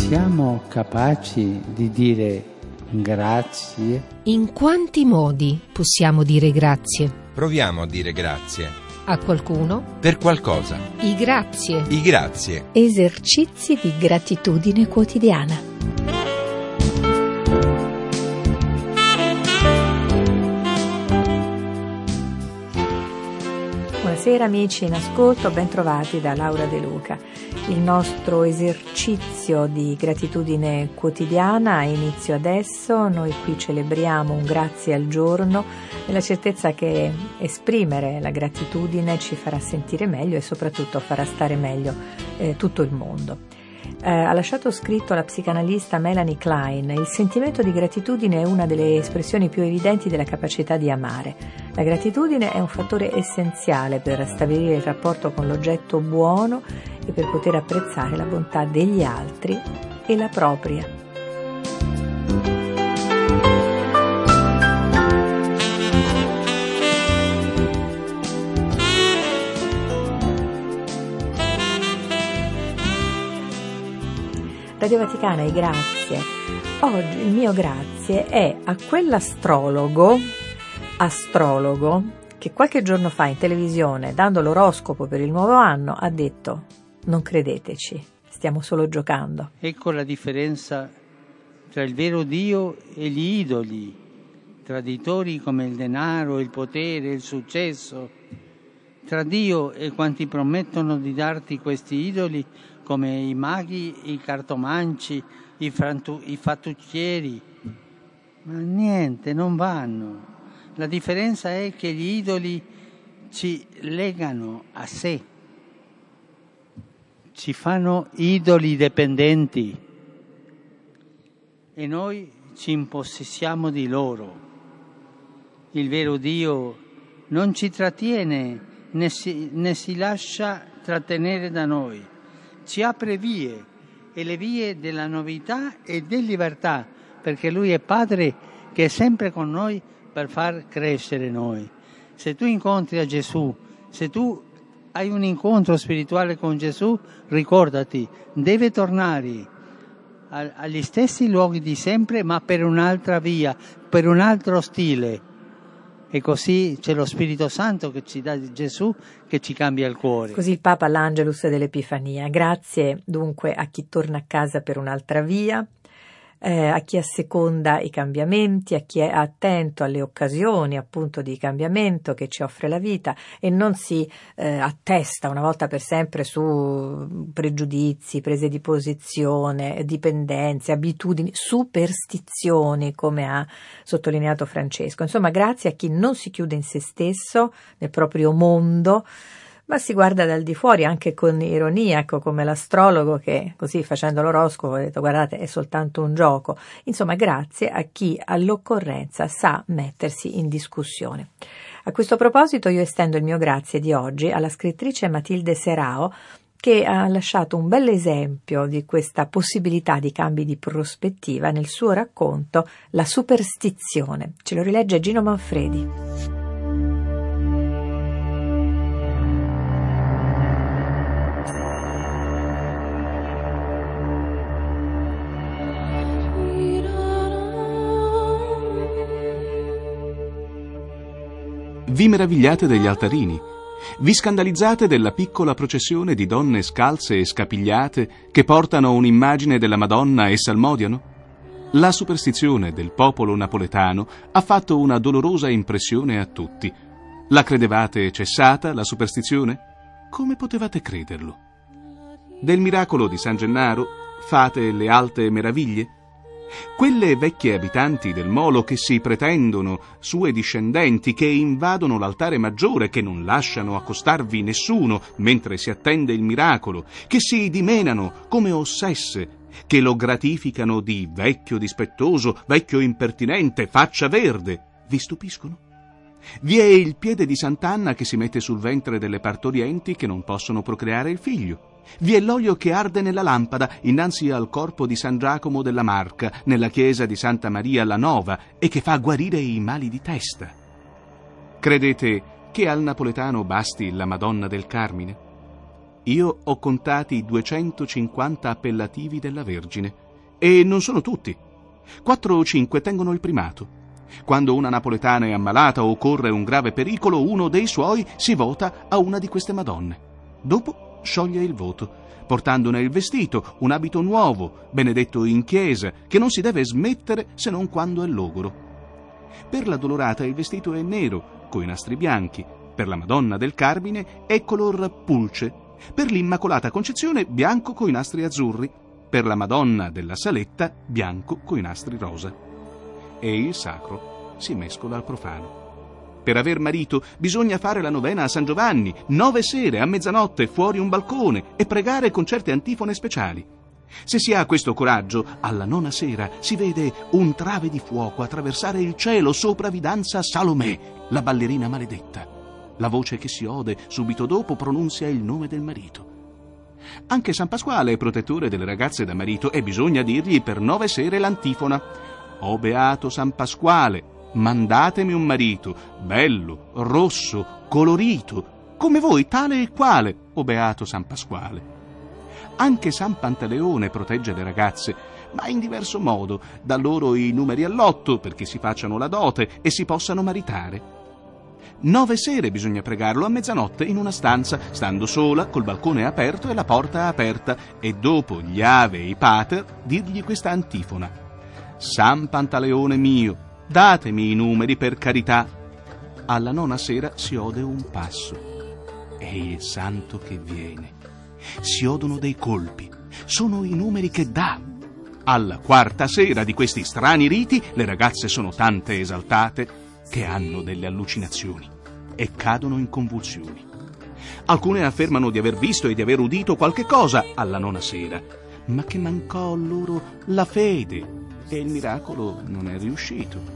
Siamo capaci di dire grazie? In quanti modi possiamo dire grazie? Proviamo a dire grazie. A qualcuno? Per qualcosa. I grazie. I grazie. Esercizi di gratitudine quotidiana. Buonasera amici in ascolto, ben trovati da Laura De Luca. Il nostro esercizio di gratitudine quotidiana inizia adesso. Noi qui celebriamo un grazie al giorno nella certezza che esprimere la gratitudine ci farà sentire meglio e soprattutto farà stare meglio tutto il mondo. Ha lasciato scritto la psicanalista Melanie Klein: il sentimento di gratitudine è una delle espressioni più evidenti della capacità di amare. La gratitudine è un fattore essenziale per stabilire il rapporto con l'oggetto buono e per poter apprezzare la bontà degli altri e la propria. Radio Vaticana e grazie. Oggi il mio grazie è a quell'astrologo che qualche giorno fa in televisione, dando l'oroscopo per il nuovo anno, ha detto: non credeteci, stiamo solo giocando. Ecco la differenza tra il vero Dio e gli idoli, traditori come il denaro, il potere, il successo. Tra Dio e quanti promettono di darti questi idoli, come i maghi, i cartomanci, i fattuccieri. Ma niente, non vanno. La differenza è che gli idoli ci legano a sé, ci fanno idoli dipendenti e noi ci impossessiamo di loro. Il vero Dio non ci trattiene né si lascia trattenere da noi. Ci apre vie, e le vie della novità e della libertà, perché Lui è Padre che è sempre con noi per far crescere noi. Se tu incontri a Gesù, se tu hai un incontro spirituale con Gesù, ricordati, deve tornare agli stessi luoghi di sempre, ma per un'altra via, per un altro stile. E così c'è lo Spirito Santo che ci dà Gesù, che ci cambia il cuore. Così il Papa all'Angelus dell'Epifania. Grazie dunque a chi torna a casa per un'altra via, a chi asseconda i cambiamenti, a chi è attento alle occasioni appunto di cambiamento che ci offre la vita e non si attesta una volta per sempre su pregiudizi, prese di posizione, dipendenze, abitudini, superstizioni, come ha sottolineato Francesco. Insomma, grazie a chi non si chiude in se stesso, nel proprio mondo, ma si guarda dal di fuori anche con ironia, ecco, come l'astrologo che così facendo l'oroscopo ha detto: guardate, è soltanto un gioco. Insomma, grazie a chi all'occorrenza sa mettersi in discussione. A questo proposito io estendo il mio grazie di oggi alla scrittrice Matilde Serao, che ha lasciato un bel esempio di questa possibilità di cambi di prospettiva nel suo racconto La superstizione. Ce lo rilegge Gino Manfredi. Vi meravigliate degli altarini, vi scandalizzate della piccola processione di donne scalze e scapigliate che portano un'immagine della Madonna e salmodiano? La superstizione del popolo napoletano ha fatto una dolorosa impressione a tutti. La credevate cessata, la superstizione? Come potevate crederlo? Del miracolo di San Gennaro fate le alte meraviglie? Quelle vecchie abitanti del Molo che si pretendono sue discendenti, che invadono l'altare maggiore, che non lasciano accostarvi nessuno mentre si attende il miracolo, che si dimenano come ossesse, che lo gratificano di vecchio dispettoso, vecchio impertinente, faccia verde, vi stupiscono? Vi è il piede di Sant'Anna che si mette sul ventre delle partorienti che non possono procreare il figlio. Vi è l'olio che arde nella lampada innanzi al corpo di San Giacomo della Marca, nella chiesa di Santa Maria la Nova, e che fa guarire i mali di testa. Credete che al napoletano basti la Madonna del Carmine? Io ho contati 250 appellativi della Vergine, e non sono tutti. 4 o 5 tengono il primato. Quando una napoletana è ammalata o corre un grave pericolo, uno dei suoi si vota a una di queste Madonne. Dopo scioglie il voto, portandone il vestito, un abito nuovo, benedetto in chiesa, che non si deve smettere se non quando è logoro. Per la Dolorata il vestito è nero, coi nastri bianchi. Per la Madonna del Carmine è color pulce. Per l'Immacolata Concezione bianco coi nastri azzurri. Per la Madonna della Saletta bianco coi nastri rosa. E il sacro si mescola al profano. Per aver marito bisogna fare la novena a San Giovanni, 9 sere a mezzanotte fuori un balcone e pregare con certe antifone speciali. Se si ha questo coraggio, alla 9ª sera si vede un trave di fuoco attraversare il cielo, sopra vi danza Salomè, la ballerina maledetta. La voce che si ode subito dopo pronunzia il nome del marito. Anche San Pasquale è protettore delle ragazze da marito e bisogna dirgli per 9 sere l'antifona: «O beato San Pasquale, mandatemi un marito, bello, rosso, colorito, come voi, tale e quale, o beato San Pasquale». Anche San Pantaleone protegge le ragazze, ma in diverso modo, dà loro i numeri all'8 perché si facciano la dote e si possano maritare. 9 sere bisogna pregarlo a mezzanotte in una stanza, stando sola, col balcone aperto e la porta aperta, e dopo gli Ave e i Pater dirgli questa antifona: «San Pantaleone mio, datemi i numeri per carità». Alla 9ª sera si ode un passo. È il santo che viene. Si odono dei colpi. Sono i numeri che dà. Alla 4ª sera di questi strani riti le ragazze sono tante esaltate che hanno delle allucinazioni e cadono in convulsioni. Alcune affermano di aver visto e di aver udito qualche cosa alla 9ª sera, ma che mancò loro la fede e il miracolo non è riuscito.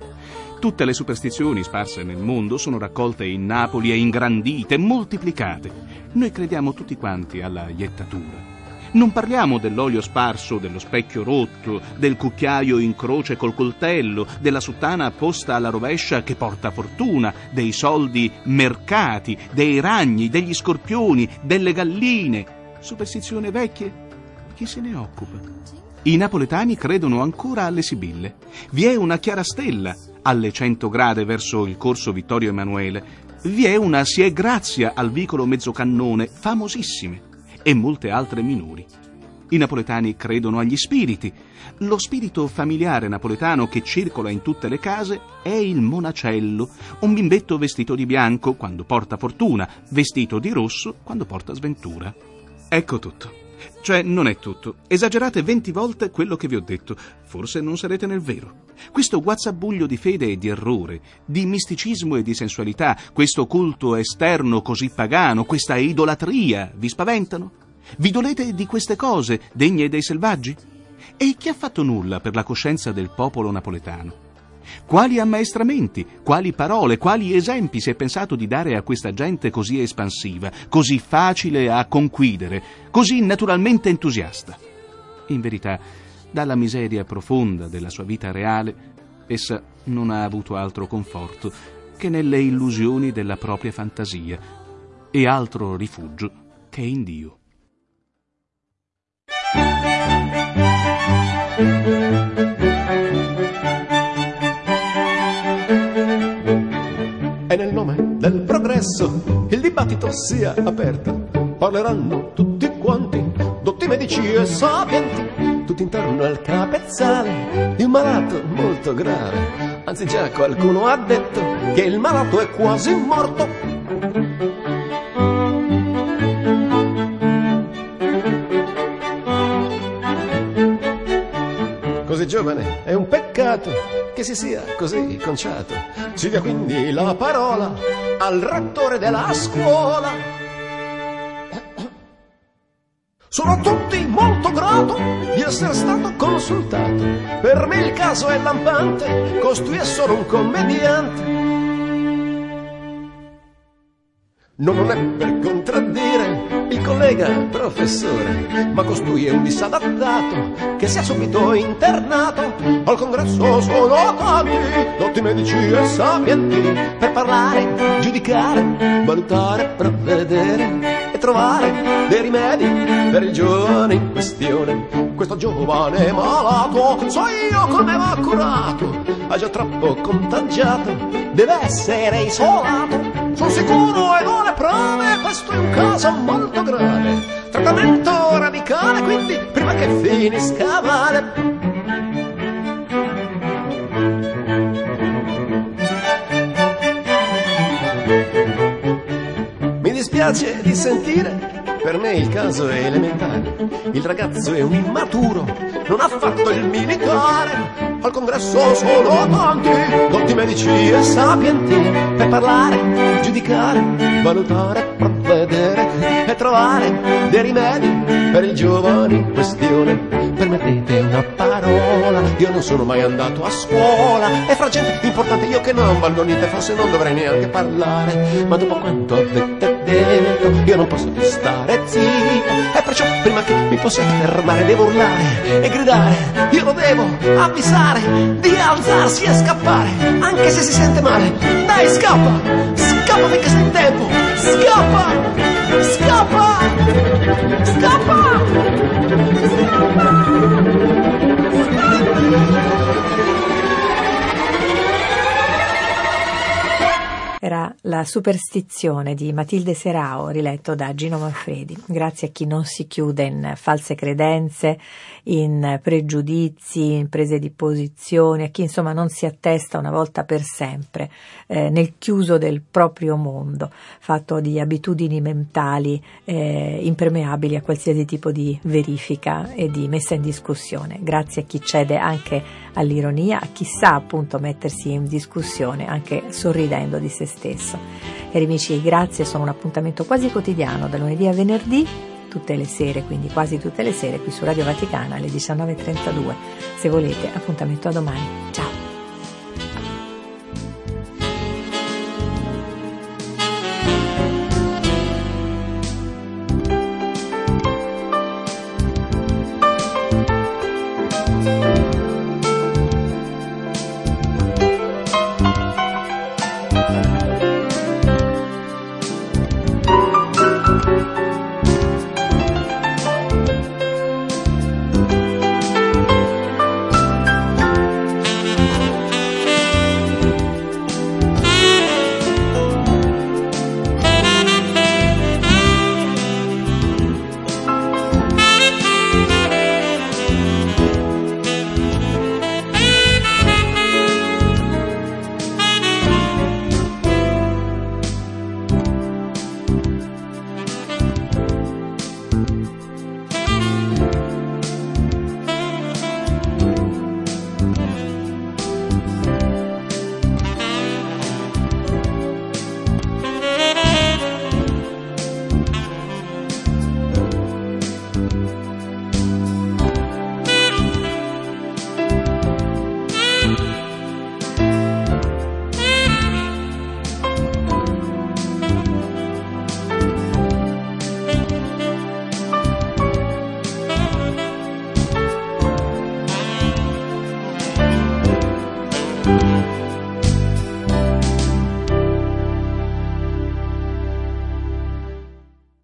Tutte le superstizioni sparse nel mondo sono raccolte in Napoli e ingrandite, moltiplicate. Noi crediamo tutti quanti alla iettatura. Non parliamo dell'olio sparso, dello specchio rotto, del cucchiaio in croce col coltello, della sottana posta alla rovescia che porta fortuna, dei soldi mercati, dei ragni, degli scorpioni, delle galline. Superstizioni vecchie? Chi se ne occupa? I napoletani credono ancora alle sibille. Vi è una chiara stella alle 100 grade verso il corso Vittorio Emanuele. Vi è una Sie Grazia al vicolo Mezzocannone, famosissime, e molte altre minori. I napoletani credono agli spiriti. Lo spirito familiare napoletano che circola in tutte le case è il monacello, un bimbetto vestito di bianco quando porta fortuna, vestito di rosso quando porta sventura. Ecco tutto. Cioè, non è tutto. Esagerate 20 volte quello che vi ho detto. Forse non sarete nel vero. Questo guazzabuglio di fede e di errore, di misticismo e di sensualità, questo culto esterno così pagano, questa idolatria, vi spaventano? Vi dolete di queste cose, degne dei selvaggi? E chi ha fatto nulla per la coscienza del popolo napoletano? Quali ammaestramenti, quali parole, quali esempi si è pensato di dare a questa gente così espansiva, così facile a conquidere, così naturalmente entusiasta? In verità, dalla miseria profonda della sua vita reale, essa non ha avuto altro conforto che nelle illusioni della propria fantasia e altro rifugio che in Dio. E nel nome del progresso il dibattito sia aperto. Parleranno tutti quanti, dotti medici e sapienti, tutti intorno al capezzale di un malato molto grave. Anzi già qualcuno ha detto che il malato è quasi morto. Così giovane è un peccato che si sia così conciato. Si dia quindi la parola al rettore della scuola. Sono tutti molto grato di essere stato consultato. Per me il caso è lampante, costui è solo un commediante. Non è per contraddire il collega professore, ma costui è un disadattato che si è subito internato. Al congresso sono tanti, dotti medici e sapienti, per parlare, giudicare, valutare, provvedere e trovare dei rimedi per il giovane in questione. Questo giovane malato, so io come va curato, ha già troppo contagiato, deve essere isolato. Sono sicuro e ho le prove, questo è un caso molto grave. Trattamento radicale, quindi prima che finisca male. Mi dispiace di sentire, per me il caso è elementare. Il ragazzo è un immaturo, non ha fatto il militare. Al congresso sono tanti, dotti medici e sapienti, per parlare, giudicare, valutare, provvedere e trovare dei rimedi per il giovane in questione. Permettete una parola, io non sono mai andato a scuola, e fra gente importante io che non valgo niente, forse non dovrei neanche parlare, ma dopo quanto ho detto e detto io non posso più stare zitto, e perciò prima che mi possiate fermare devo urlare e gridare, io lo devo avvisare di alzarsi e scappare, anche se si sente male. Dai, scappa, scappa finché sei in tempo, scappa, scappa, scappa. Era La superstizione di Matilde Serao, riletto da Gino Manfredi. Grazie a chi non si chiude in false credenze, in pregiudizi, in prese di posizione, a chi insomma non si attesta una volta per sempre nel chiuso del proprio mondo, fatto di abitudini mentali impermeabili a qualsiasi tipo di verifica e di messa in discussione. Grazie a chi cede anche all'ironia, a chi sa appunto mettersi in discussione anche sorridendo di se stesso. Cari amici, grazie, sono un appuntamento quasi quotidiano da lunedì a venerdì, tutte le sere, quindi quasi tutte le sere qui su Radio Vaticana alle 19:32. Se volete, appuntamento a domani. Ciao.